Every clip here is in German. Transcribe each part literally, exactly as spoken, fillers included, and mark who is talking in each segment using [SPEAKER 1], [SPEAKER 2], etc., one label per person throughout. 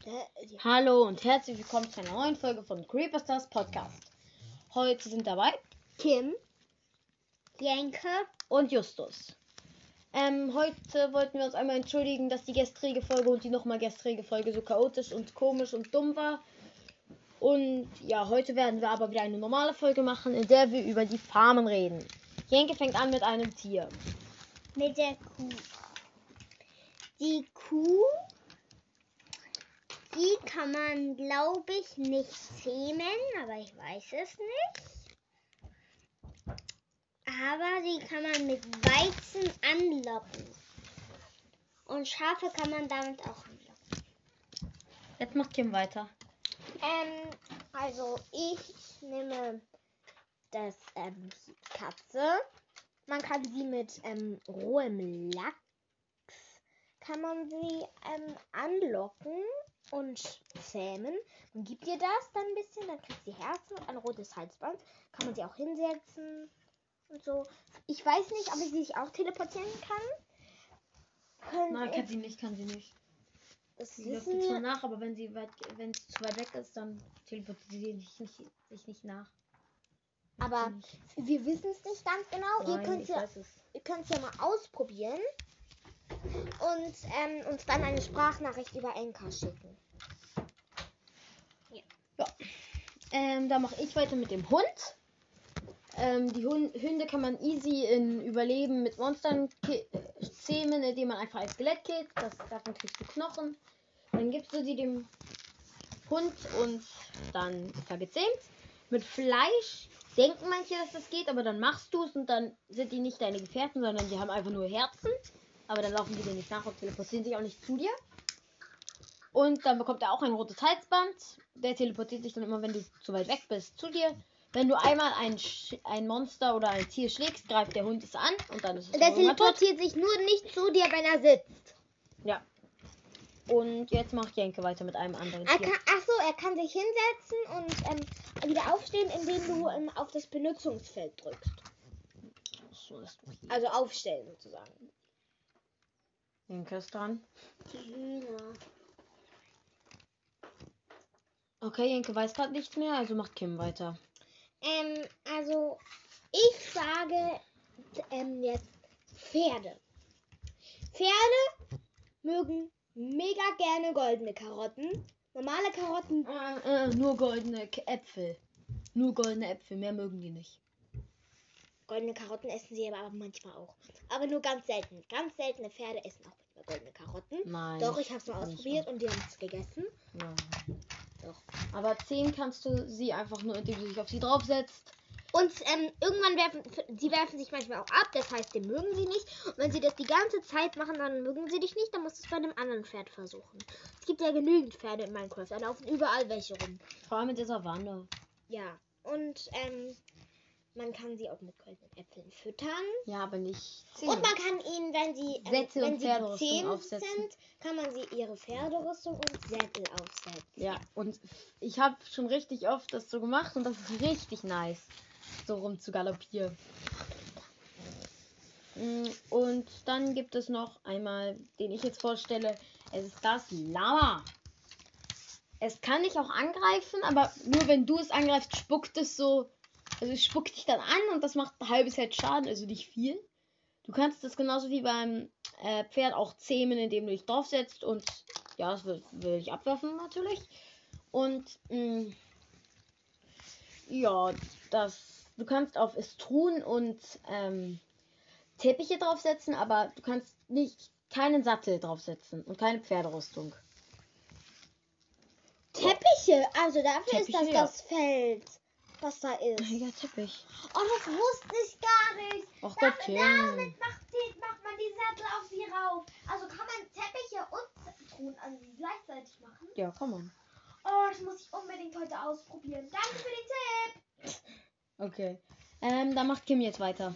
[SPEAKER 1] Hallo und herzlich willkommen zu einer neuen Folge von Creeperstars Podcast. Heute sind dabei
[SPEAKER 2] Kim, Jenke
[SPEAKER 1] und Justus. Ähm, heute wollten wir uns einmal entschuldigen, dass die gestrige Folge und die nochmal gestrige Folge so chaotisch und komisch und dumm war. Und ja, heute werden wir aber wieder eine normale Folge machen, in der wir über die Farmen reden. Jenke fängt an mit einem Tier.
[SPEAKER 2] Mit der Kuh. Die Kuh, die kann man, glaube ich, nicht zähmen, aber ich weiß es nicht. Aber die kann man mit Weizen anlocken. Und Schafe kann man damit auch anlocken.
[SPEAKER 1] Jetzt macht Kim weiter.
[SPEAKER 2] Ähm, also ich nehme das ähm, Katze. Man kann sie mit ähm, rohem Lachs kann man sie ähm, anlocken und zähmen. Man gibt ihr das dann ein bisschen, dann kriegt sie Herzen und ein rotes Halsband. Kann man sie auch hinsetzen und so. Ich weiß nicht, ob ich sie sich auch teleportieren kann. Können
[SPEAKER 1] Nein, kann sie nicht, kann sie nicht.
[SPEAKER 2] Das
[SPEAKER 1] Sie läuft
[SPEAKER 2] wissen
[SPEAKER 1] jetzt
[SPEAKER 2] wir.
[SPEAKER 1] schon nach, aber wenn sie weit, wenn es zu weit weg ist, dann teleportiert sie sich nicht, sich nicht nach.
[SPEAKER 2] Aber wir wissen es nicht ganz genau.
[SPEAKER 1] Nein,
[SPEAKER 2] ihr könnt
[SPEAKER 1] ich
[SPEAKER 2] ja,
[SPEAKER 1] weiß es.
[SPEAKER 2] ihr könnt es ja mal ausprobieren und ähm, uns dann eine Sprachnachricht über Anchor schicken.
[SPEAKER 1] Ja. Ähm, da mache ich weiter mit dem Hund. Ähm, die Hund Hunde kann man easy in Überleben mit Monstern ki- äh, zähmen, indem man einfach ein Skelett killt. Das, davon kriegst du Knochen. Dann gibst du sie dem Hund und dann ist er gezähmt. Mit Fleisch denken manche, dass das geht, aber dann machst du es und dann sind die nicht deine Gefährten, sondern die haben einfach nur Herzen. Aber dann laufen die dir nicht nach und teleportieren sich auch nicht zu dir. Und dann bekommt er auch ein rotes Halsband. Der teleportiert sich dann immer, wenn du zu weit weg bist, zu dir. Wenn du einmal ein, Sch- ein Monster oder ein Tier schlägst, greift der Hund es an und dann ist es
[SPEAKER 2] Der
[SPEAKER 1] irgendwann tot.
[SPEAKER 2] teleportiert sich nur nicht zu dir, wenn er sitzt.
[SPEAKER 1] Ja. Und jetzt macht Jenke weiter mit einem anderen
[SPEAKER 2] Er
[SPEAKER 1] Tier.
[SPEAKER 2] kann, achso, er kann sich hinsetzen und ähm, wieder aufstehen, indem du ähm, auf das Benutzungsfeld drückst.
[SPEAKER 1] So ist okay.
[SPEAKER 2] Also aufstellen sozusagen.
[SPEAKER 1] Jenke ist dran.
[SPEAKER 2] Die Hühner.
[SPEAKER 1] Okay, Jenke weiß gerade nichts mehr, also macht Kim weiter.
[SPEAKER 2] Ähm, also ich sage ähm, jetzt Pferde. Pferde mögen mega gerne goldene Karotten. Normale Karotten.
[SPEAKER 1] Äh, äh, nur goldene K- Äpfel. Nur goldene Äpfel, mehr mögen die nicht.
[SPEAKER 2] Goldene Karotten essen sie aber manchmal auch. Aber nur ganz selten. Ganz seltene Pferde essen auch manchmal goldene Karotten.
[SPEAKER 1] Nein.
[SPEAKER 2] Doch, ich habe es mal
[SPEAKER 1] nicht
[SPEAKER 2] ausprobiert und die haben es gegessen.
[SPEAKER 1] Nein.
[SPEAKER 2] Doch.
[SPEAKER 1] Aber zehn kannst du sie einfach nur, indem du dich auf sie draufsetzt.
[SPEAKER 2] Und ähm, irgendwann werfen sie werfen sich manchmal auch ab, das heißt, den mögen sie nicht. Und wenn sie das die ganze Zeit machen, dann mögen sie dich nicht, dann musst du es bei einem anderen Pferd versuchen. Es gibt ja genügend Pferde in Minecraft, da laufen überall welche rum.
[SPEAKER 1] Vor allem mit dieser Wanne.
[SPEAKER 2] Ja, und ähm, man kann sie auch mit goldenen Äpfeln füttern.
[SPEAKER 1] Ja, aber nicht zehn.
[SPEAKER 2] Und man kann ihnen, wenn sie, ähm,
[SPEAKER 1] Sättel
[SPEAKER 2] wenn
[SPEAKER 1] und
[SPEAKER 2] sie
[SPEAKER 1] Pferderüstung
[SPEAKER 2] gezähmt
[SPEAKER 1] aufsetzen.
[SPEAKER 2] sind, kann man sie ihre Pferderüstung und Sättel aufsetzen.
[SPEAKER 1] Ja, und ich habe schon richtig oft das so gemacht und das ist richtig nice, so rum zu galoppieren. Mm, Und dann gibt es noch einmal, den ich jetzt vorstelle, es ist das Lama. Es kann dich auch angreifen, aber nur wenn du es angreifst, spuckt es so, also es spuckt dich dann an und das macht ein halbes Herz Schaden, also nicht viel. Du kannst das genauso wie beim äh, Pferd auch zähmen, indem du dich draufsetzt und ja, das will, will ich abwerfen natürlich. Und mh, ja, das du kannst auf es tun und ähm, Teppiche draufsetzen, aber du kannst nicht keinen Sattel draufsetzen und keine Pferderüstung.
[SPEAKER 2] Teppiche, also dafür
[SPEAKER 1] Teppiche,
[SPEAKER 2] ist das
[SPEAKER 1] ja.
[SPEAKER 2] das Feld, was da ist.
[SPEAKER 1] Ja, Teppich.
[SPEAKER 2] Oh, das wusste ich gar nicht.
[SPEAKER 1] Ach
[SPEAKER 2] Damit,
[SPEAKER 1] Gottchen.
[SPEAKER 2] damit macht, die, macht man die Sättel auf sie rauf. Also kann man Teppiche und Truhen an sie gleichzeitig machen.
[SPEAKER 1] Ja, kann man.
[SPEAKER 2] Oh, das muss ich unbedingt heute ausprobieren. Danke für den Tipp.
[SPEAKER 1] Okay. Ähm, dann macht Kim jetzt weiter.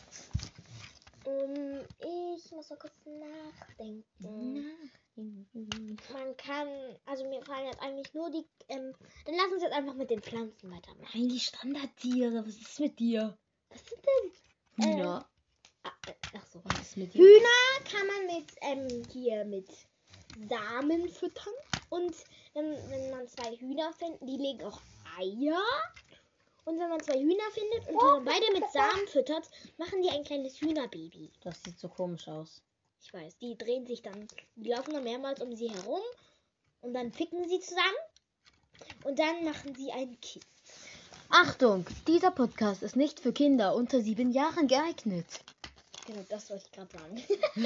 [SPEAKER 2] Um, ich muss mal kurz nachdenken. Man kann, also mir fallen jetzt eigentlich nur die, ähm, dann lass uns jetzt einfach mit den Pflanzen weitermachen.
[SPEAKER 1] Nein, die Standardtiere. Was ist mit dir?
[SPEAKER 2] Was sind denn?
[SPEAKER 1] Hühner.
[SPEAKER 2] Ah, äh, ach so.
[SPEAKER 1] Was ist mit dir?
[SPEAKER 2] Hühner kann man mit, ähm, hier mit Samen füttern. Und wenn, wenn man zwei Hühner findet, die legen auch Eier. Und wenn man zwei Hühner findet und die dann beide mit Samen füttert, machen die ein kleines Hühnerbaby.
[SPEAKER 1] Das sieht so komisch aus.
[SPEAKER 2] Ich weiß, die drehen sich dann, die laufen dann mehrmals um sie herum und dann ficken sie zusammen und dann machen sie ein Kind.
[SPEAKER 1] Achtung, dieser Podcast ist nicht für Kinder unter sieben Jahren geeignet.
[SPEAKER 2] Genau, das wollte ich gerade sagen.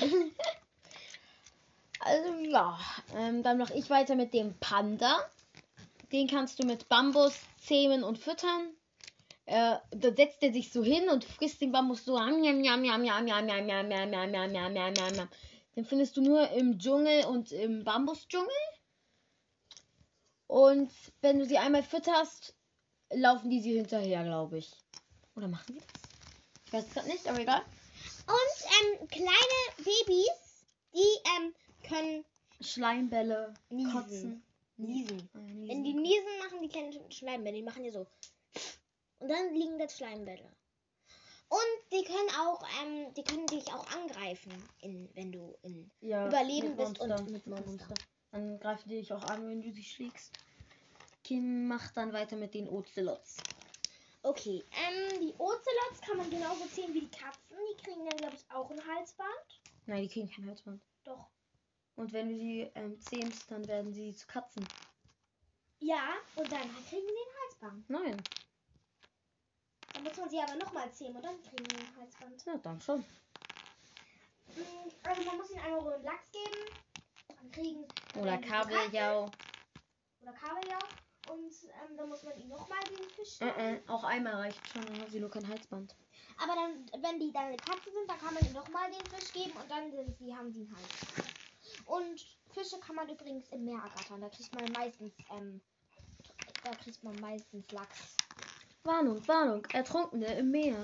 [SPEAKER 1] Also ja, ähm, dann mache ich weiter mit dem Panda. Den kannst du mit Bambus zähmen und füttern. Äh, da setzt er sich so hin und frisst den Bambus so. Am, jam, jam, jam, jam, jam, jam, jam, jam, jam, jam, jam, jam, jam, jam. Den findest du nur im Dschungel und im Bambusdschungel. Und wenn du sie einmal fütterst, laufen die sie hinterher, glaube ich. Oder machen sie das? Ich weiß es gerade nicht, aber egal.
[SPEAKER 2] Und ähm, kleine Babys, die ähm, können
[SPEAKER 1] Schleimbälle,
[SPEAKER 2] niesen.
[SPEAKER 1] kotzen.
[SPEAKER 2] Niesen.
[SPEAKER 1] Äh, niesen.
[SPEAKER 2] Wenn die niesen, machen die kleinen Schleimbälle. Die machen ja so. Und dann liegen da Schleimbälle. Und die können auch, ähm, die können dich auch angreifen, in, wenn du in
[SPEAKER 1] Ja,
[SPEAKER 2] Überleben
[SPEAKER 1] mit
[SPEAKER 2] bist
[SPEAKER 1] Monster.
[SPEAKER 2] und mit Monster.
[SPEAKER 1] Dann greifen die dich auch an, wenn du sie schlägst. Kim macht dann weiter mit den Ocelots.
[SPEAKER 2] Okay, ähm, die Ocelots kann man genauso zählen wie die Katzen. Die kriegen dann, glaube ich, auch ein Halsband.
[SPEAKER 1] Nein, die kriegen kein Halsband.
[SPEAKER 2] Doch.
[SPEAKER 1] Und wenn du sie ähm, zähmst, dann werden sie zu Katzen.
[SPEAKER 2] Ja, und dann kriegen sie ein Halsband.
[SPEAKER 1] Nein.
[SPEAKER 2] Dann muss man sie aber nochmal zähmen und dann kriegen sie ein Halsband.
[SPEAKER 1] Ja, dann schon.
[SPEAKER 2] Mm, Also man muss ihnen einmal rohen Lachs geben. Dann kriegen dann
[SPEAKER 1] Oder
[SPEAKER 2] werden sie zu
[SPEAKER 1] Kabeljau.
[SPEAKER 2] Ratten Oder Kabeljau. Und ähm, dann muss man ihnen nochmal den Fisch
[SPEAKER 1] Äh,
[SPEAKER 2] geben.
[SPEAKER 1] äh, auch einmal reicht schon, dann haben sie nur kein Halsband.
[SPEAKER 2] Aber dann, wenn die dann eine Katze sind, dann kann man ihnen nochmal den Fisch geben und dann sind sie, haben sie einen Hals. Und Fische kann man übrigens im Meer ergattern. Da kriegt man meistens, ähm, da kriegt man meistens Lachs.
[SPEAKER 1] Warnung, Warnung, Ertrunkene im Meer.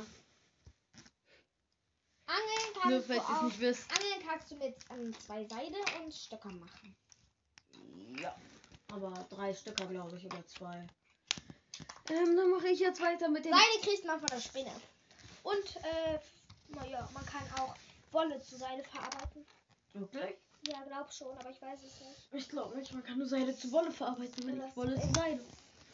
[SPEAKER 2] Angeln
[SPEAKER 1] Nur
[SPEAKER 2] kannst du
[SPEAKER 1] falls ihr es
[SPEAKER 2] auch,
[SPEAKER 1] nicht wisst.
[SPEAKER 2] Angeln kannst du mit ähm, zwei Seide und Stöckern machen.
[SPEAKER 1] Ja, aber drei Stücker, glaube ich, oder zwei. Ähm, dann mache ich jetzt weiter mit dem...
[SPEAKER 2] Seide kriegt man von der Spinne. Und, äh, naja, man kann auch Wolle zu Seide verarbeiten.
[SPEAKER 1] Wirklich?
[SPEAKER 2] Ja, glaub schon, aber ich weiß es nicht.
[SPEAKER 1] Ich glaube nicht, man kann nur Seide zu Wolle verarbeiten, wenn
[SPEAKER 2] Ja,
[SPEAKER 1] nicht Wolle
[SPEAKER 2] das
[SPEAKER 1] zu
[SPEAKER 2] ist
[SPEAKER 1] Seide.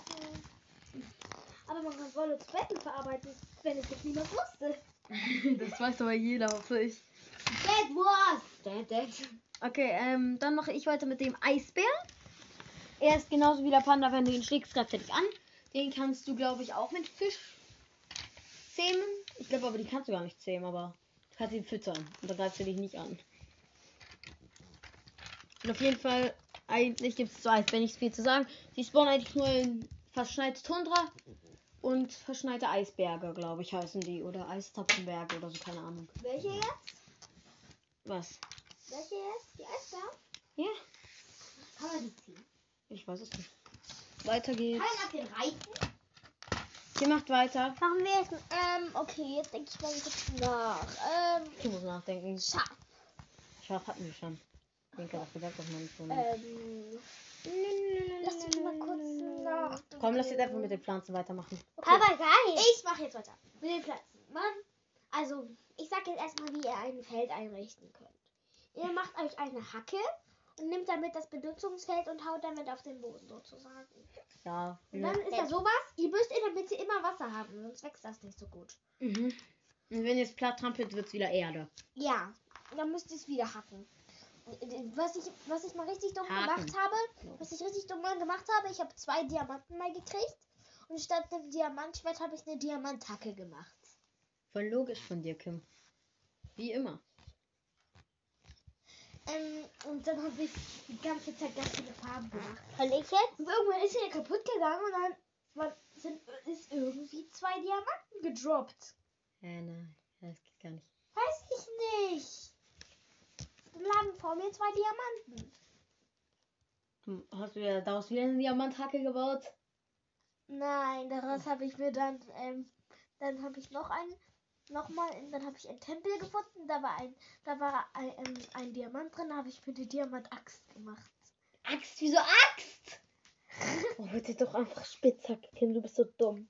[SPEAKER 2] Aber man kann Wolle zu Betten verarbeiten, wenn es jetzt niemand wusste.
[SPEAKER 1] Das weiß aber jeder, hoffe ich.
[SPEAKER 2] That was! That, that.
[SPEAKER 1] Okay, ähm, dann mache ich weiter mit dem Eisbär. Er ist genauso wie der Panda, wenn du ihn schlägst, greift er dich an. Den kannst du, glaube ich, auch mit Fisch zähmen. Ich glaube aber, die kannst du gar nicht zähmen, aber du kannst ihn füttern. Und dann greift er dich nicht an. Und auf jeden Fall, eigentlich gibt es so Eisbären, nichts viel zu sagen. Die spawnen eigentlich nur in verschneite Tundra und verschneite Eisberge, glaube ich, heißen die. Oder Eistapfenberge oder so, keine Ahnung.
[SPEAKER 2] Welche jetzt?
[SPEAKER 1] Was?
[SPEAKER 2] Welche jetzt? Die Eisbär?
[SPEAKER 1] Ja,
[SPEAKER 2] Kann man die ziehen?
[SPEAKER 1] ich weiß es nicht. Weiter geht's.
[SPEAKER 2] Kann man auf den reiten?
[SPEAKER 1] Ihr macht weiter.
[SPEAKER 2] Machen wir jetzt, ähm, okay, jetzt denke ich mal kurz nach. Ähm,
[SPEAKER 1] Ich muss nachdenken.
[SPEAKER 2] Schaf.
[SPEAKER 1] Schaf hatten wir schon. Ich denke auch gesagt, dass man schon.
[SPEAKER 2] Ähm, lass mich mal kurz nach.
[SPEAKER 1] Komm, lass jetzt einfach mit den Pflanzen weitermachen.
[SPEAKER 2] Okay. Papagei. Ich mache jetzt weiter. Mit den Pflanzen. Man, also, ich sage jetzt erstmal, wie ihr ein Feld einrichten könnt. Ihr macht euch eine Hacke und nimmt damit das Benutzungsfeld und haut damit auf den Boden sozusagen.
[SPEAKER 1] Ja.
[SPEAKER 2] Und dann ist da sowas, ihr müsst in der Mitte immer Wasser haben, sonst wächst das nicht so gut.
[SPEAKER 1] Mhm. Und wenn ihr es platt trampelt, wird es wieder Erde.
[SPEAKER 2] Ja, und dann müsst ihr es wieder hacken. Was ich, was ich mal richtig dumm
[SPEAKER 1] Haken.
[SPEAKER 2] gemacht habe, was ich richtig dumm mal gemacht habe, ich habe zwei Diamanten mal gekriegt und statt dem Diamantschwert habe ich eine Diamanthacke gemacht.
[SPEAKER 1] Voll logisch von dir, Kim. Wie immer.
[SPEAKER 2] Ähm, und dann habe ich die ganze Zeit ganz viele Farben gemacht.
[SPEAKER 3] Soll ich jetzt?
[SPEAKER 2] Und irgendwann ist sie kaputt gegangen und dann war, sind, ist irgendwie zwei Diamanten gedroppt.
[SPEAKER 1] Äh, nein. Das geht gar nicht.
[SPEAKER 2] Weiß ich nicht. Dann lagen vor mir zwei Diamanten.
[SPEAKER 1] Hm, Hast du ja daraus wieder eine Diamanthacke gebaut?
[SPEAKER 2] Nein, daraus habe ich mir dann, ähm, dann habe ich noch einen, nochmal, dann habe ich einen Tempel gefunden, da war ein, da war ein, ein, ein Diamant drin, da habe ich mir die Diamant-Axt gemacht.
[SPEAKER 1] Axt? Wieso Axt? Oh, bitte doch einfach Spitzhacke, Kim. Du bist so dumm.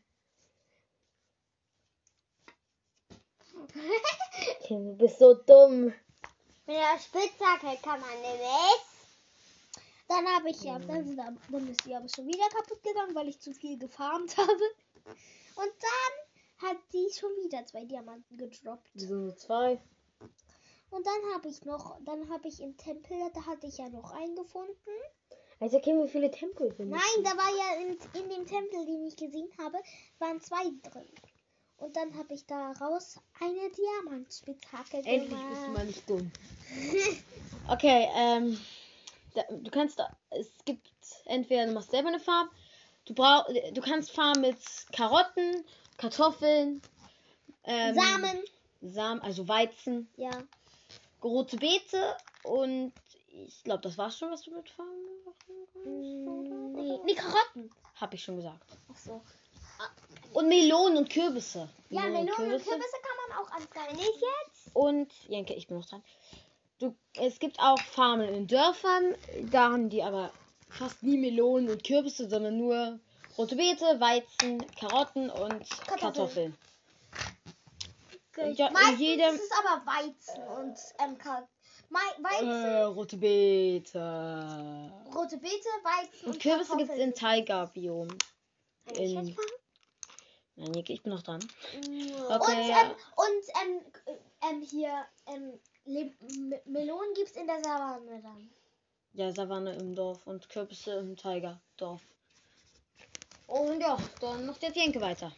[SPEAKER 1] Kim, du bist so dumm.
[SPEAKER 3] Mit der Spitzhacke kann man nämlich
[SPEAKER 2] Dann habe ich ja, dann, sind, aber- dann ist die aber schon wieder kaputt gegangen, weil ich zu viel gefarmt habe. Und dann hat sie schon wieder zwei Diamanten gedroppt.
[SPEAKER 1] Wieso nur zwei?
[SPEAKER 2] Und dann habe ich noch, dann habe ich im Tempel, da hatte ich ja noch einen gefunden.
[SPEAKER 1] Also okay, wie viele Tempel sind
[SPEAKER 2] Nein, da war ja in, in dem Tempel, den ich gesehen habe, waren zwei drin. Und dann habe ich daraus eine Diamantspitzhacke gemacht.
[SPEAKER 1] Endlich bist du mal nicht dumm. Okay, ähm, da, du kannst, da- es gibt entweder du machst selber eine Farm, du brauch, du kannst farmen mit Karotten, Kartoffeln, ähm,
[SPEAKER 2] Samen.
[SPEAKER 1] Samen, also Weizen,
[SPEAKER 2] Ja.
[SPEAKER 1] rote Beete und ich glaube, das war's schon, was du mit farmen machen kannst.
[SPEAKER 2] Mm, Nee, nee, Karotten.
[SPEAKER 1] Hab ich schon gesagt.
[SPEAKER 2] Ach so.
[SPEAKER 1] Und Melonen und Kürbisse.
[SPEAKER 2] Ja, Melonen und Kürbisse kann man auch anfangen. Nicht jetzt?
[SPEAKER 1] Und, Jenke, ich bin noch dran. Du, es gibt auch Farmen in Dörfern, da haben die aber fast nie Melonen und Kürbisse, sondern nur rote Beete, Weizen, Karotten und Kartoffeln. Und ja, in
[SPEAKER 2] Meistens
[SPEAKER 1] jedem
[SPEAKER 2] ist es aber Weizen und ähm, Ka- Mei- Weizen,
[SPEAKER 1] äh, rote Beete.
[SPEAKER 2] rote Beete, Weizen und,
[SPEAKER 1] Und Kürbisse gibt es in
[SPEAKER 2] Kartoffeln.
[SPEAKER 1] Taiga-Biom.
[SPEAKER 2] Kann ich
[SPEAKER 1] in-
[SPEAKER 2] jetzt machen?
[SPEAKER 1] Nein, Jenke, ich bin noch dran.
[SPEAKER 2] Und,
[SPEAKER 1] Okay,
[SPEAKER 2] ähm,
[SPEAKER 1] ja.
[SPEAKER 2] und ähm, ähm, hier ähm, Le M- Melonen gibt es in der Savanne dann.
[SPEAKER 1] Ja, Savanne im Dorf und Kürbisse im Tiger-Dorf. Und ja, dann macht jetzt Jenke weiter.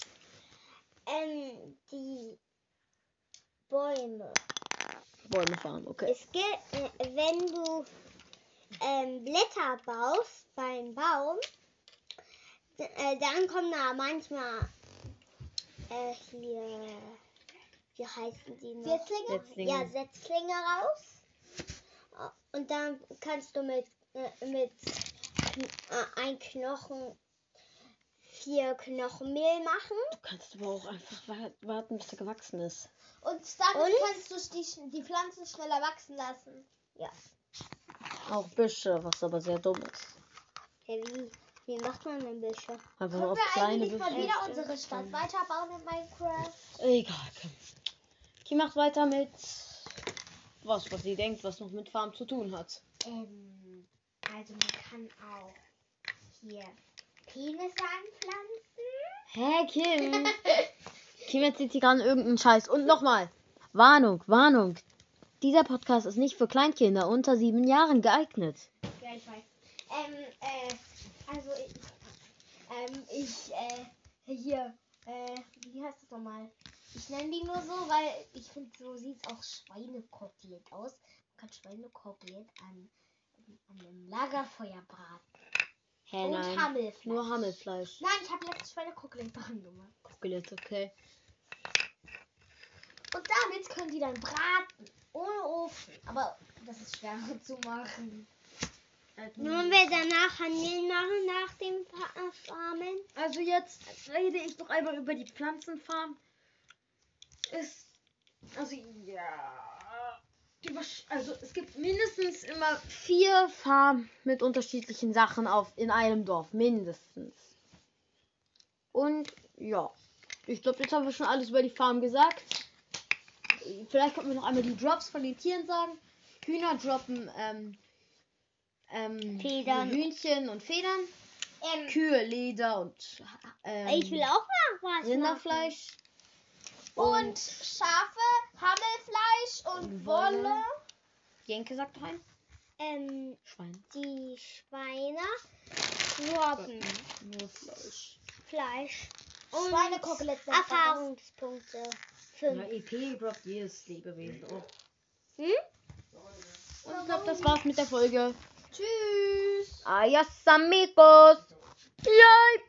[SPEAKER 2] Ähm, die Bäume.
[SPEAKER 1] Bäume farmen, okay.
[SPEAKER 2] Es gibt, äh, wenn du ähm, Blätter baust beim Baum, d- äh, dann kommen da manchmal äh, hier, wie heißen die noch? Setzlinge?
[SPEAKER 1] Setzlinge.
[SPEAKER 2] Ja, Setzlinge raus. Und dann kannst du mit, äh, mit äh, ein Knochen vier Knochenmehl machen.
[SPEAKER 1] Du kannst aber auch einfach wa- warten, bis er gewachsen ist.
[SPEAKER 2] Und damit kannst du die, die Pflanzen schneller wachsen lassen. Ja.
[SPEAKER 1] Auch Büsche, was aber sehr dumm ist.
[SPEAKER 2] Hey, wie, wie macht man denn Büsche?
[SPEAKER 1] Einfach
[SPEAKER 2] Können
[SPEAKER 1] auf
[SPEAKER 2] wir
[SPEAKER 1] kleine
[SPEAKER 2] eigentlich
[SPEAKER 1] Büsche.
[SPEAKER 2] mal wieder
[SPEAKER 1] Ja,
[SPEAKER 2] unsere Stadt weiterbauen in Minecraft?
[SPEAKER 1] Egal. komm. Die macht weiter mit was, was sie denkt, was noch mit Farm zu tun hat.
[SPEAKER 2] Ähm, also man kann auch hier Penisse anpflanzen.
[SPEAKER 1] Hä, Kim? Kim erzählt hier gerade irgendeinen Scheiß. Und nochmal. Warnung, Warnung. Dieser Podcast ist nicht für Kleinkinder unter sieben Jahren geeignet.
[SPEAKER 2] Ja, ich weiß. Ähm, äh, also ich, ähm, ich, äh, hier, äh, wie heißt das nochmal? Ich nenne die nur so, weil ich finde, so sieht es auch Schweinekotelett aus. Man kann Schweinekotelett an, an einem Lagerfeuer braten.
[SPEAKER 1] Hä,
[SPEAKER 2] Und
[SPEAKER 1] nein.
[SPEAKER 2] Hammelfleisch.
[SPEAKER 1] Nur Hammelfleisch.
[SPEAKER 2] Nein, ich habe letztes Schweinekotelett braten gemacht.
[SPEAKER 1] Kotelett, okay.
[SPEAKER 2] Und damit können die dann braten. Ohne Ofen. Aber das ist schwer zu machen. Wollen wir danach Handeln machen nach dem Fa- Farmen?
[SPEAKER 1] Also jetzt rede ich noch einmal über die Pflanzenfarm. Es, also ja, die, wahrsch- also es gibt mindestens immer vier Farmen mit unterschiedlichen Sachen auf in einem Dorf, mindestens. Und ja, ich glaube, jetzt haben wir schon alles über die Farm gesagt. Vielleicht könnten wir noch einmal die Drops von den Tieren sagen. Hühner droppen ähm, ähm,
[SPEAKER 2] Federn.
[SPEAKER 1] Hühnchen und Federn.
[SPEAKER 2] Ähm,
[SPEAKER 1] Kühe, Leder und ähm,
[SPEAKER 2] ich will auch mal was
[SPEAKER 1] Rinderfleisch.
[SPEAKER 2] machen. Und Schafe, Hammelfleisch und
[SPEAKER 1] Wolle.
[SPEAKER 2] Wolle.
[SPEAKER 1] Jenke sagt doch ein.
[SPEAKER 2] Ähm,
[SPEAKER 1] Schwein.
[SPEAKER 2] die Schweine droppen
[SPEAKER 1] Nur Fleisch.
[SPEAKER 2] Fleisch. Und Erfahrungspunkte. Fünf.
[SPEAKER 1] Ja, E P droppt jedes Lebewesen. Oh.
[SPEAKER 2] Hm?
[SPEAKER 1] Und ich glaube, das war's mit der Folge.
[SPEAKER 2] Tschüss.
[SPEAKER 1] Adios, amigos. Yay!